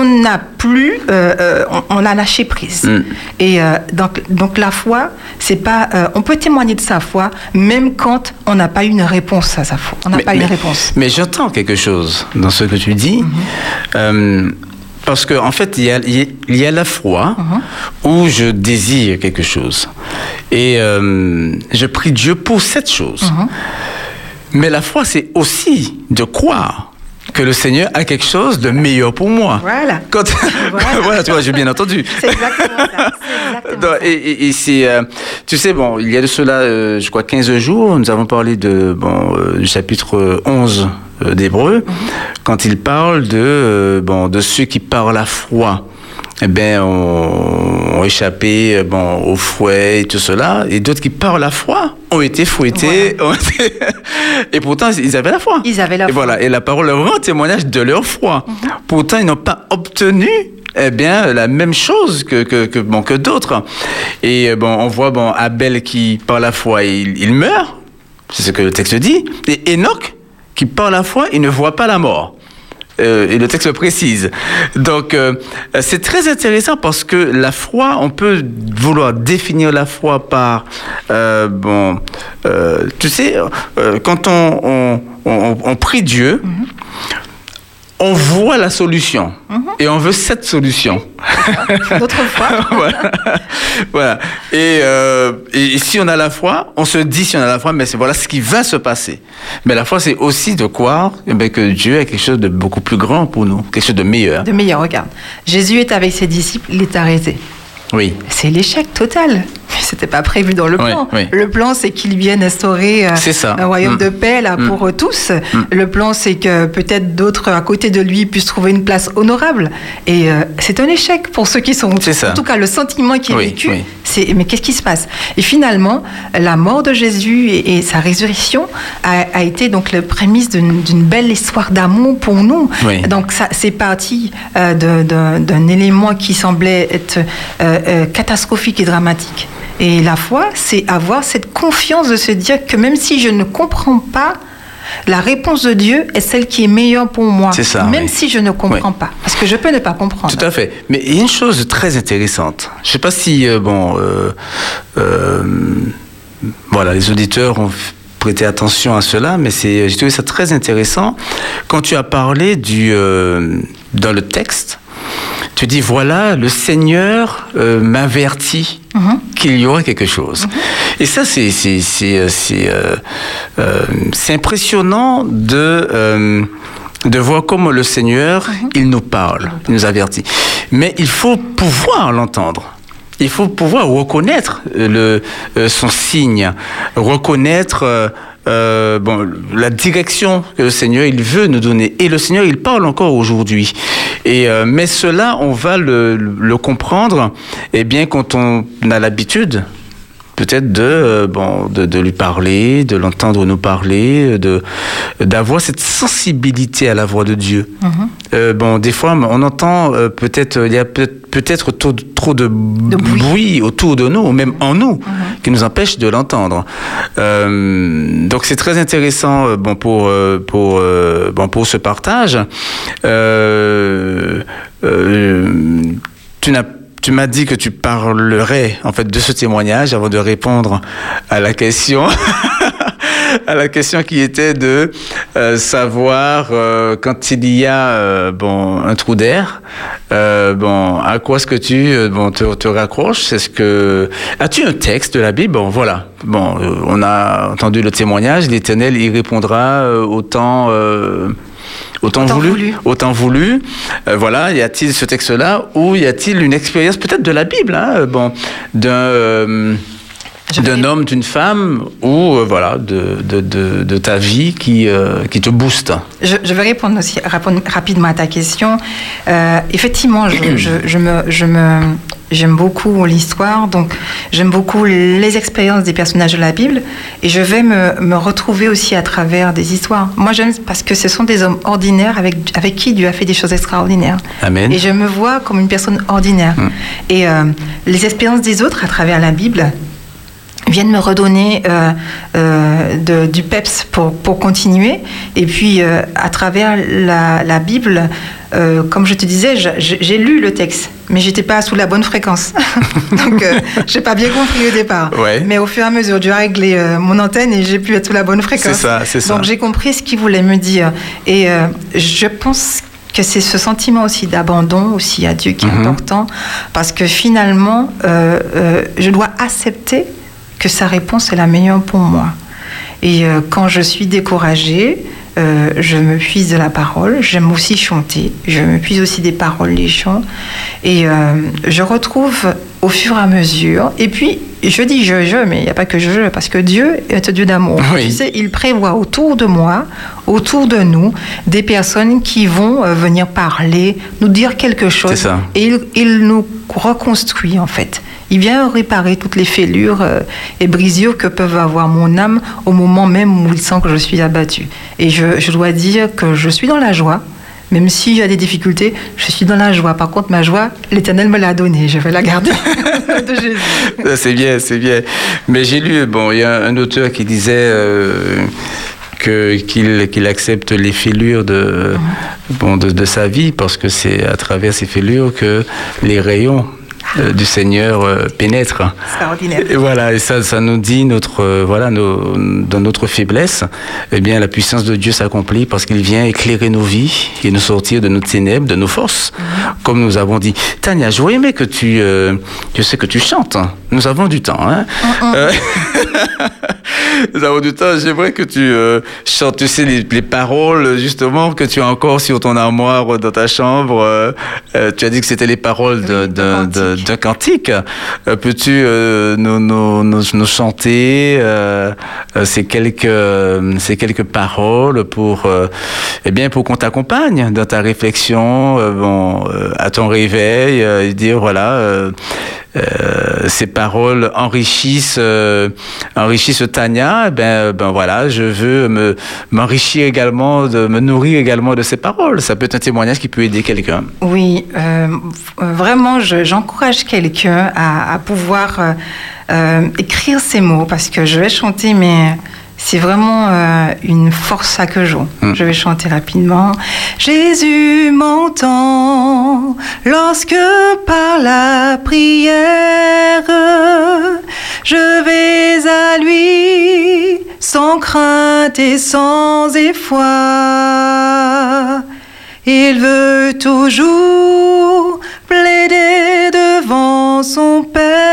lâché prise. Et donc la foi, c'est pas. On peut témoigner de sa foi, même quand on n'a pas eu une réponse à sa foi. On n'a pas eu une réponse. Mais j'entends quelque chose dans ce que tu dis. Parce qu'en fait, il y a la foi où je désire quelque chose. Et je prie Dieu pour cette chose. Mais la foi, c'est aussi de croire que le Seigneur a quelque chose de meilleur pour moi. Voilà. Voilà, tu vois, j'ai bien entendu. C'est exactement ça. Et c'est, tu sais, bon, il y a de cela, je crois, 15 jours, nous avons parlé du chapitre 11 d'Hébreux, quand il parle de ceux qui par la foi ont échappé au fouet et tout cela, et d'autres qui par la foi ont été fouettés, et pourtant ils avaient la foi. Voilà, et la parole leur rend témoignage de leur foi. Pourtant ils n'ont pas obtenu la même chose que d'autres. Et on voit Abel qui par la foi il meurt, c'est ce que le texte dit, et Enoch qui par la foi, il ne voit pas la mort. Et le texte le précise. Donc, c'est très intéressant parce que la foi, on peut vouloir définir la foi par... tu sais, quand on prie Dieu, on voit la solution et on veut cette solution. Notre foi. Voilà. Et si on a la foi, on se dit si on a la foi, mais voilà ce qui va se passer. Mais la foi, c'est aussi de croire que Dieu a quelque chose de beaucoup plus grand pour nous, quelque chose de meilleur. De meilleur, regarde. Jésus est avec ses disciples, il est arrêté. Oui. C'est l'échec total. C'était pas prévu dans le plan. Oui. Le plan, c'est qu'il vienne instaurer un royaume de paix pour tous. Le plan, c'est que peut-être d'autres à côté de lui puissent trouver une place honorable. Et c'est un échec pour ceux qui sont... En tout cas, le sentiment qui est vécu, c'est mais qu'est-ce qui se passe? Et finalement, la mort de Jésus et sa résurrection a été donc le prémisse d'une belle histoire d'amour pour nous. Oui. Donc ça, c'est parti d'un élément qui semblait être catastrophique et dramatique. Et la foi, c'est avoir cette confiance de se dire que même si je ne comprends pas, la réponse de Dieu est celle qui est meilleure pour moi. C'est ça, même si je ne comprends pas. Parce que je peux ne pas comprendre. Tout à fait. Mais il y a une chose très intéressante. Je ne sais pas si, voilà, les auditeurs ont prêté attention à cela, mais j'ai trouvé ça très intéressant. Quand tu as parlé dans le texte, tu dis, voilà, le Seigneur m'avertit qu'il y aurait quelque chose. Et ça, c'est impressionnant de voir comment le Seigneur, il nous parle, il nous avertit. Mais il faut pouvoir l'entendre. Il faut pouvoir reconnaître son signe, reconnaître la direction que le Seigneur il veut nous donner. Et le Seigneur, il parle encore aujourd'hui. Mais cela, on va le comprendre quand on a l'habitude peut-être de lui parler, de l'entendre nous parler, d'avoir cette sensibilité à la voix de Dieu. Des fois, on entend il y a peut-être trop de bruit autour de nous, ou même en nous, qui nous empêche de l'entendre. Donc c'est très intéressant pour ce partage. Tu m'as dit que tu parlerais en fait de ce témoignage avant de répondre à la question. À la question qui était de savoir quand il y a un trou d'air, à quoi est-ce que tu te raccroches? As-tu un texte de la Bible? Voilà. On a entendu le témoignage. L'Éternel y répondra autant voulu. Voilà, y a-t-il ce texte-là ou y a-t-il une expérience peut-être de la Bible, d'un homme, d'une femme ou de ta vie qui te booste? Je vais répondre rapidement à ta question. Effectivement, j'aime beaucoup l'histoire, donc j'aime beaucoup les expériences des personnages de la Bible et je vais me retrouver aussi à travers des histoires. Moi, j'aime parce que ce sont des hommes ordinaires avec qui Dieu a fait des choses extraordinaires. Amen. Et je me vois comme une personne ordinaire. Et les expériences des autres à travers la Bible viennent me redonner du peps pour continuer. Et puis, à travers la Bible, comme je te disais, j'ai lu le texte, mais je n'étais pas sous la bonne fréquence. Donc, je n'ai pas bien compris au départ. Ouais. Mais au fur et à mesure, Dieu a réglé mon antenne et j'ai pu être sous la bonne fréquence. C'est ça. Donc, j'ai compris ce qu'il voulait me dire. Et je pense que c'est ce sentiment aussi d'abandon aussi à Dieu qui est important, parce que finalement, je dois accepter que sa réponse est la meilleure pour moi. Et quand je suis découragée, je me puise de la parole. J'aime aussi chanter. Je me puise aussi des paroles, des chants. Et je retrouve au fur et à mesure. Et puis, je dis mais il n'y a pas que je, parce que Dieu est un Dieu d'amour. Oui. Tu sais, il prévoit autour de moi, autour de nous, des personnes qui vont venir parler, nous dire quelque chose. C'est ça. Et il nous reconstruit, en fait. Il vient réparer toutes les fêlures et brisures que peuvent avoir mon âme au moment même où il sent que je suis abattue. Et je dois dire que je suis dans la joie. Même s'il y a des difficultés, je suis dans la joie. Par contre, ma joie, l'Éternel me l'a donnée. Je vais la garder de Jésus. C'est bien, c'est bien. Mais j'ai lu, il y a un auteur qui disait qu'il accepte les fêlures de sa vie, parce que c'est à travers ces fêlures que les rayons du Seigneur pénètre. Extraordinaire. Et voilà, et ça nous dit dans notre faiblesse, eh bien la puissance de Dieu s'accomplit parce qu'il vient éclairer nos vies et nous sortir de nos ténèbres, de nos forces, comme nous avons dit. Tania, j'aurais aimé que je sais que tu chantes. Nous avons du temps, hein. Nous avons du temps. J'aimerais que tu chantes, tu sais, les paroles justement que tu as encore sur ton armoire dans ta chambre. Tu as dit que c'était les paroles d'un cantique. Peux-tu nous chanter ces quelques paroles pour qu'on t'accompagne dans ta réflexion, à ton réveil, et dire voilà. Ces paroles enrichissent Tania. Voilà, je veux m'enrichir également, me nourrir également de ces paroles. Ça peut être un témoignage qui peut aider quelqu'un. Oui, vraiment, j'encourage quelqu'un à pouvoir écrire ces mots, parce que je vais chanter, mais c'est vraiment une force à que joue. Je vais chanter rapidement. Jésus m'entend lorsque par la prière je vais à lui sans crainte et sans effroi. Il veut toujours plaider devant son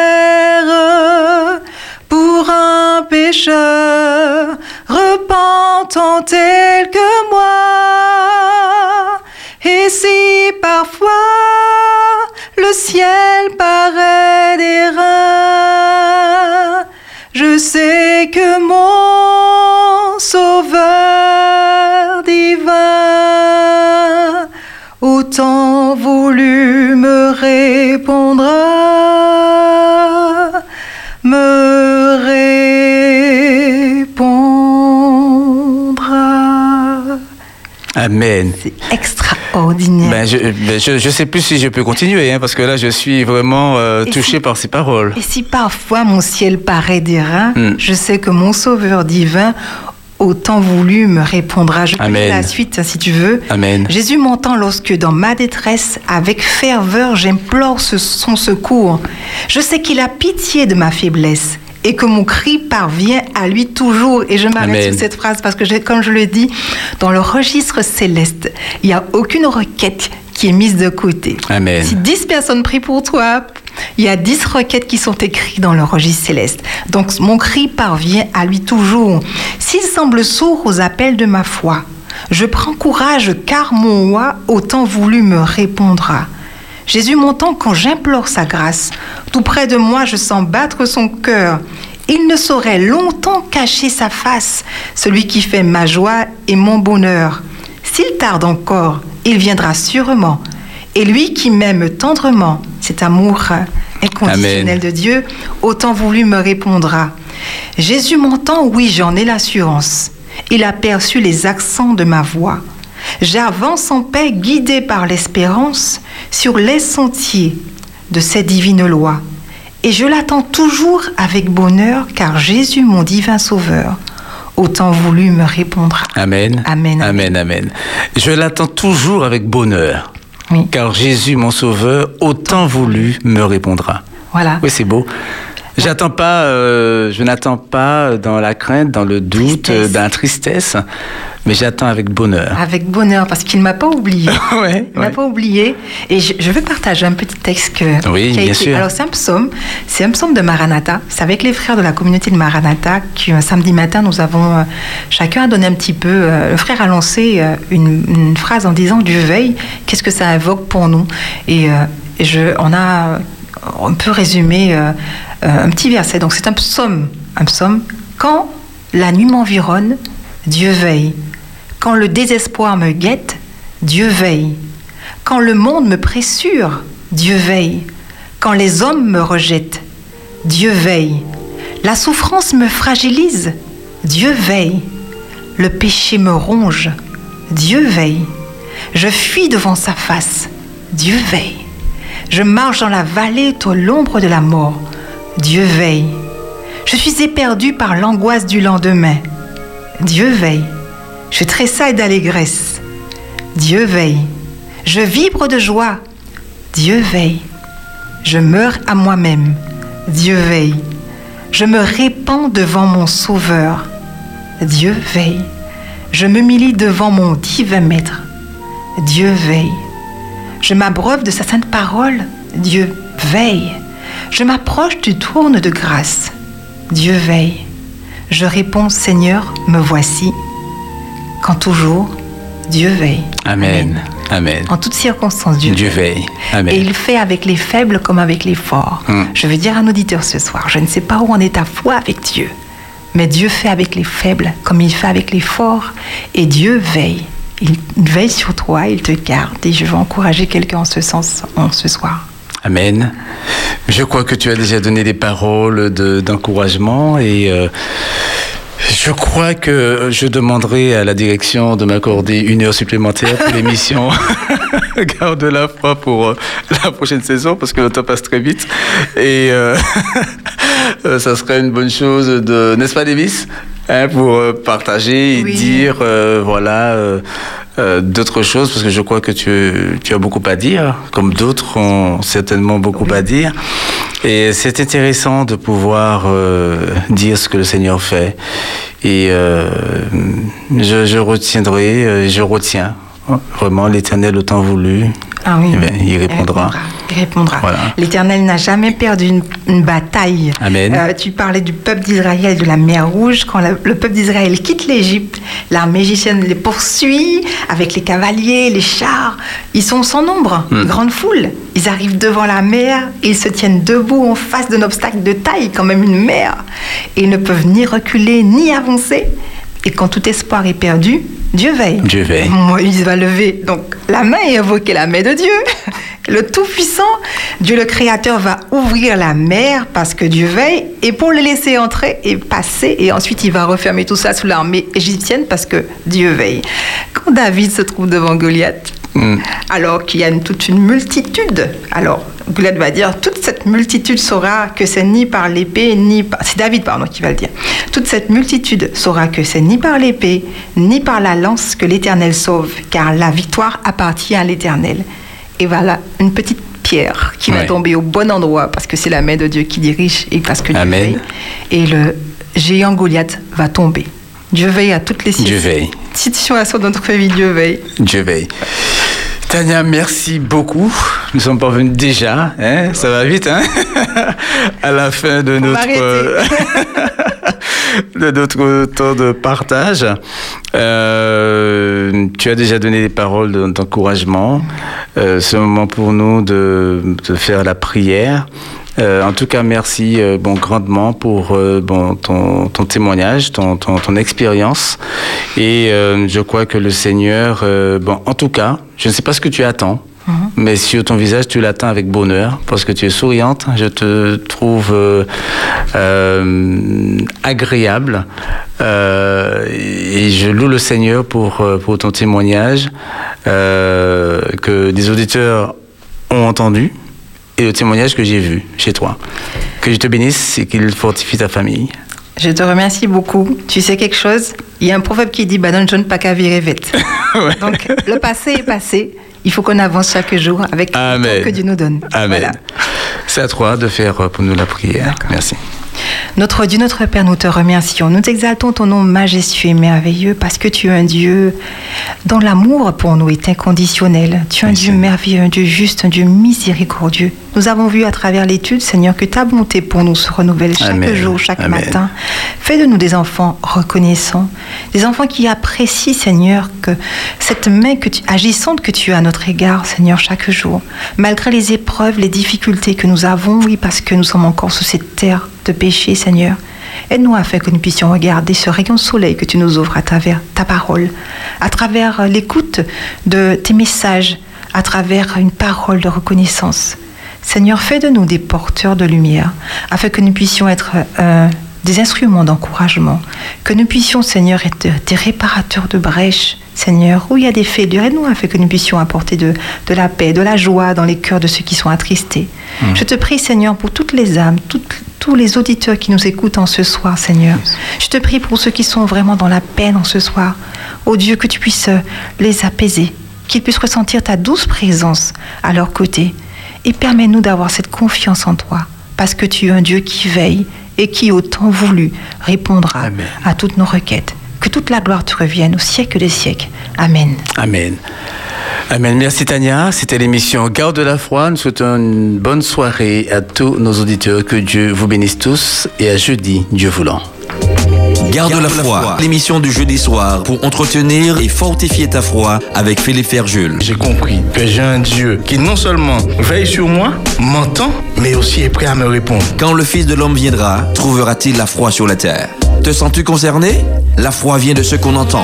Père pour un pécheur repentant tel que moi. Et si parfois le ciel paraît d'airain, je sais que mon Sauveur divin autant voulu me répondra, Amen. C'est extraordinaire. Je sais plus si je peux continuer, parce que là, je suis vraiment touché par ces paroles. Et si parfois mon ciel paraît d'airain, je sais que mon Sauveur divin autant voulu me répondra. Je peux lire la suite, si tu veux. Amen. Jésus m'entend lorsque, dans ma détresse, avec ferveur, j'implore son secours. Je sais qu'il a pitié de ma faiblesse et que mon cri parvient à lui toujours. Et je m'arrête sur cette phrase parce que, comme je le dis, dans le registre céleste, il n'y a aucune requête qui est mise de côté. Amen. Si 10 personnes prient pour toi, il y a 10 requêtes qui sont écrites dans le registre céleste. Donc, mon cri parvient à lui toujours. S'il semble sourd aux appels de ma foi, je prends courage car mon roi autant voulu me répondra. Jésus m'entend quand j'implore sa grâce. Tout près de moi, je sens battre son cœur. Il ne saurait longtemps cacher sa face, celui qui fait ma joie et mon bonheur. S'il tarde encore, il viendra sûrement. Et lui qui m'aime tendrement, cet amour inconditionnel de Dieu, autant voulu me répondra. Jésus m'entend, oui, j'en ai l'assurance. Il a perçu les accents de ma voix. J'avance en paix, guidé par l'espérance, sur les sentiers de cette divine loi. Et je l'attends toujours avec bonheur, car Jésus, mon divin Sauveur, autant voulu me répondra. Amen. Amen. Amen. Amen. Je l'attends toujours avec bonheur, car Jésus, mon Sauveur, autant voulu me répondra. Voilà. Oui, c'est beau. J'attends pas, je n'attends pas dans la crainte, dans le doute, dans la tristesse, mais j'attends avec bonheur. Avec bonheur, parce qu'il ne m'a pas oublié. Ouais, il ne m'a pas oublié. Et je veux partager un petit texte qui a été... sûr. Alors, c'est un psaume de Maranatha. C'est avec les frères de la communauté de Maranatha qu'un samedi matin, nous avons... chacun a donné un petit peu... le frère a lancé une phrase en disant « Dieu veille ». Qu'est-ce que ça évoque pour nous? On peut résumer un petit verset. Donc, c'est un psaume. Quand la nuit m'environne, Dieu veille. Quand le désespoir me guette, Dieu veille. Quand le monde me pressure, Dieu veille. Quand les hommes me rejettent, Dieu veille. La souffrance me fragilise, Dieu veille. Le péché me ronge, Dieu veille. Je fuis devant sa face, Dieu veille. Je marche dans la vallée de l'ombre de la mort, Dieu veille. Je suis éperdu par l'angoisse du lendemain, Dieu veille. Je tressaille d'allégresse, Dieu veille. Je vibre de joie, Dieu veille. Je meurs à moi-même, Dieu veille. Je me répands devant mon Sauveur, Dieu veille. Je m'humilie devant mon divin Maître, Dieu veille. Je m'abreuve de sa sainte parole, Dieu veille. Je m'approche du trône de grâce, Dieu veille. Je réponds, Seigneur, me voici. Quand toujours, Dieu veille. Amen. Amen. En toutes circonstances, Dieu veille. Amen. Et il fait avec les faibles comme avec les forts. Je veux dire à un auditeur ce soir, je ne sais pas où en est ta foi avec Dieu, mais Dieu fait avec les faibles comme il fait avec les forts. Et Dieu veille. Il veille sur toi, il te garde. Et je veux encourager quelqu'un en ce sens ce soir. Amen. Je crois que tu as déjà donné des paroles d'encouragement et je crois que je demanderai à la direction de m'accorder 1 heure supplémentaire pour l'émission Garde la foi pour la prochaine saison parce que le temps passe très vite et ça serait une bonne chose n'est-ce pas Davis, pour partager et dire d'autres choses parce que je crois que tu as beaucoup à dire comme d'autres ont certainement beaucoup à dire et c'est intéressant de pouvoir dire ce que le Seigneur fait et je retiens vraiment l'Éternel au temps voulu. Ah oui, il répondra. Il répondra. Voilà. L'Éternel n'a jamais perdu une bataille. Amen. Tu parlais du peuple d'Israël et de la mer Rouge. Quand le peuple d'Israël quitte l'Égypte, l'armée égyptienne les poursuit avec les cavaliers, les chars. Ils sont sans nombre, une grande foule. Ils arrivent devant la mer et ils se tiennent debout en face d'un obstacle de taille, quand même une mer. Et ils ne peuvent ni reculer ni avancer. Et quand tout espoir est perdu, Dieu veille. Dieu veille. Moïse va lever donc la main et invoquer la main de Dieu. Le Tout-Puissant, Dieu le Créateur, va ouvrir la mer parce que Dieu veille et pour le laisser entrer et passer. Et ensuite, il va refermer tout ça sous l'armée égyptienne parce que Dieu veille. Quand David se trouve devant Goliath, alors qu'il y a toute une multitude, alors Goliath va dire, toute cette multitude saura que c'est ni par l'épée, c'est David, qui va le dire. Toute cette multitude saura que c'est ni par l'épée, ni par la lance que l'Éternel sauve, car la victoire appartient à l'Éternel. Et voilà, une petite pierre qui va tomber au bon endroit, parce que c'est la main de Dieu qui dirige, et parce que Dieu veille. Et le géant Goliath va tomber. Dieu veille à toutes les situations de notre vie, Dieu veille. Dieu veille. Tania, merci beaucoup. Nous sommes parvenus déjà, ça va vite, à la fin de notre temps de partage. Tu as déjà donné des paroles d'encouragement. C'est un moment pour nous de faire la prière. En tout cas, merci grandement pour ton témoignage, ton expérience. Et je crois que le Seigneur, en tout cas, je ne sais pas ce que tu attends, mais sur ton visage, tu l'attends avec bonheur parce que tu es souriante. Je te trouve agréable et je loue le Seigneur pour ton témoignage que des auditeurs ont entendu. Et le témoignage que j'ai vu chez toi. Que je te bénisse et qu'il fortifie ta famille. Je te remercie beaucoup. Tu sais quelque chose ? Il y a un proverbe qui dit Badon John pas qu'à virer vite. Ouais. Donc, le passé est passé. Il faut qu'on avance chaque jour avec le temps que Dieu nous donne. Amen. Voilà. C'est à toi de faire pour nous la prière. D'accord. Merci. Notre Dieu, notre Père, nous te remercions. Nous exaltons ton nom majestueux et merveilleux parce que tu es un Dieu dont l'amour pour nous est inconditionnel. Tu es un Dieu merveilleux, un Dieu juste, un Dieu miséricordieux. Nous avons vu à travers l'étude, Seigneur, que ta bonté pour nous se renouvelle chaque jour, chaque matin. Fais de nous des enfants reconnaissants, des enfants qui apprécient, Seigneur, que cette main agissante que tu as à notre égard, Seigneur, chaque jour. Malgré les épreuves, les difficultés que nous avons, oui, parce que nous sommes encore sous cette terre de péché, Seigneur. Aide-nous afin que nous puissions regarder ce rayon de soleil que tu nous offres à travers ta parole, à travers l'écoute de tes messages, à travers une parole de reconnaissance. Seigneur, fais de nous des porteurs de lumière, afin que nous puissions être des instruments d'encouragement, que nous puissions, Seigneur, être des réparateurs de brèches, Seigneur, où il y a des fêlures, aide-nous afin que nous puissions apporter de la paix, de la joie dans les cœurs de ceux qui sont attristés. Je te prie, Seigneur, pour toutes les âmes, tous les auditeurs qui nous écoutent en ce soir, Seigneur. Je te prie pour ceux qui sont vraiment dans la peine en ce soir. Oh Dieu, que tu puisses les apaiser, qu'ils puissent ressentir ta douce présence à leur côté. Et permets-nous d'avoir cette confiance en toi, parce que tu es un Dieu qui veille et qui, au temps voulu, répondra à toutes nos requêtes. Que toute la gloire te revienne au siècle des siècles. Amen. Amen. Amen. Merci Tania. C'était l'émission Garde la foi. Nous souhaitons une bonne soirée à tous nos auditeurs. Que Dieu vous bénisse tous et à jeudi, Dieu voulant. Garde la foi, l'émission du jeudi soir pour entretenir et fortifier ta foi avec Philippe Ferjul. J'ai compris que j'ai un Dieu qui non seulement veille sur moi, m'entend, mais aussi est prêt à me répondre. Quand le Fils de l'homme viendra, trouvera-t-il la foi sur la terre? Te sens-tu concerné? La foi vient de ce qu'on entend.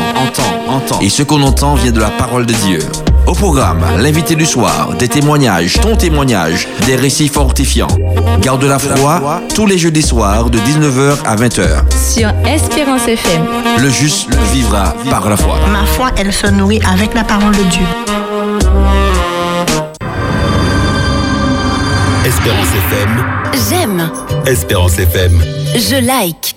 Et ce qu'on entend vient de la parole de Dieu. Au programme, l'invité du soir, des témoignages, ton témoignage, des récits fortifiants. Garde la foi, tous les jeudis soirs de 19h à 20h. Sur Espérance FM. Le juste vivra par la foi. Ma foi, elle se nourrit avec la parole de Dieu. Espérance FM. J'aime. Espérance FM. Je like.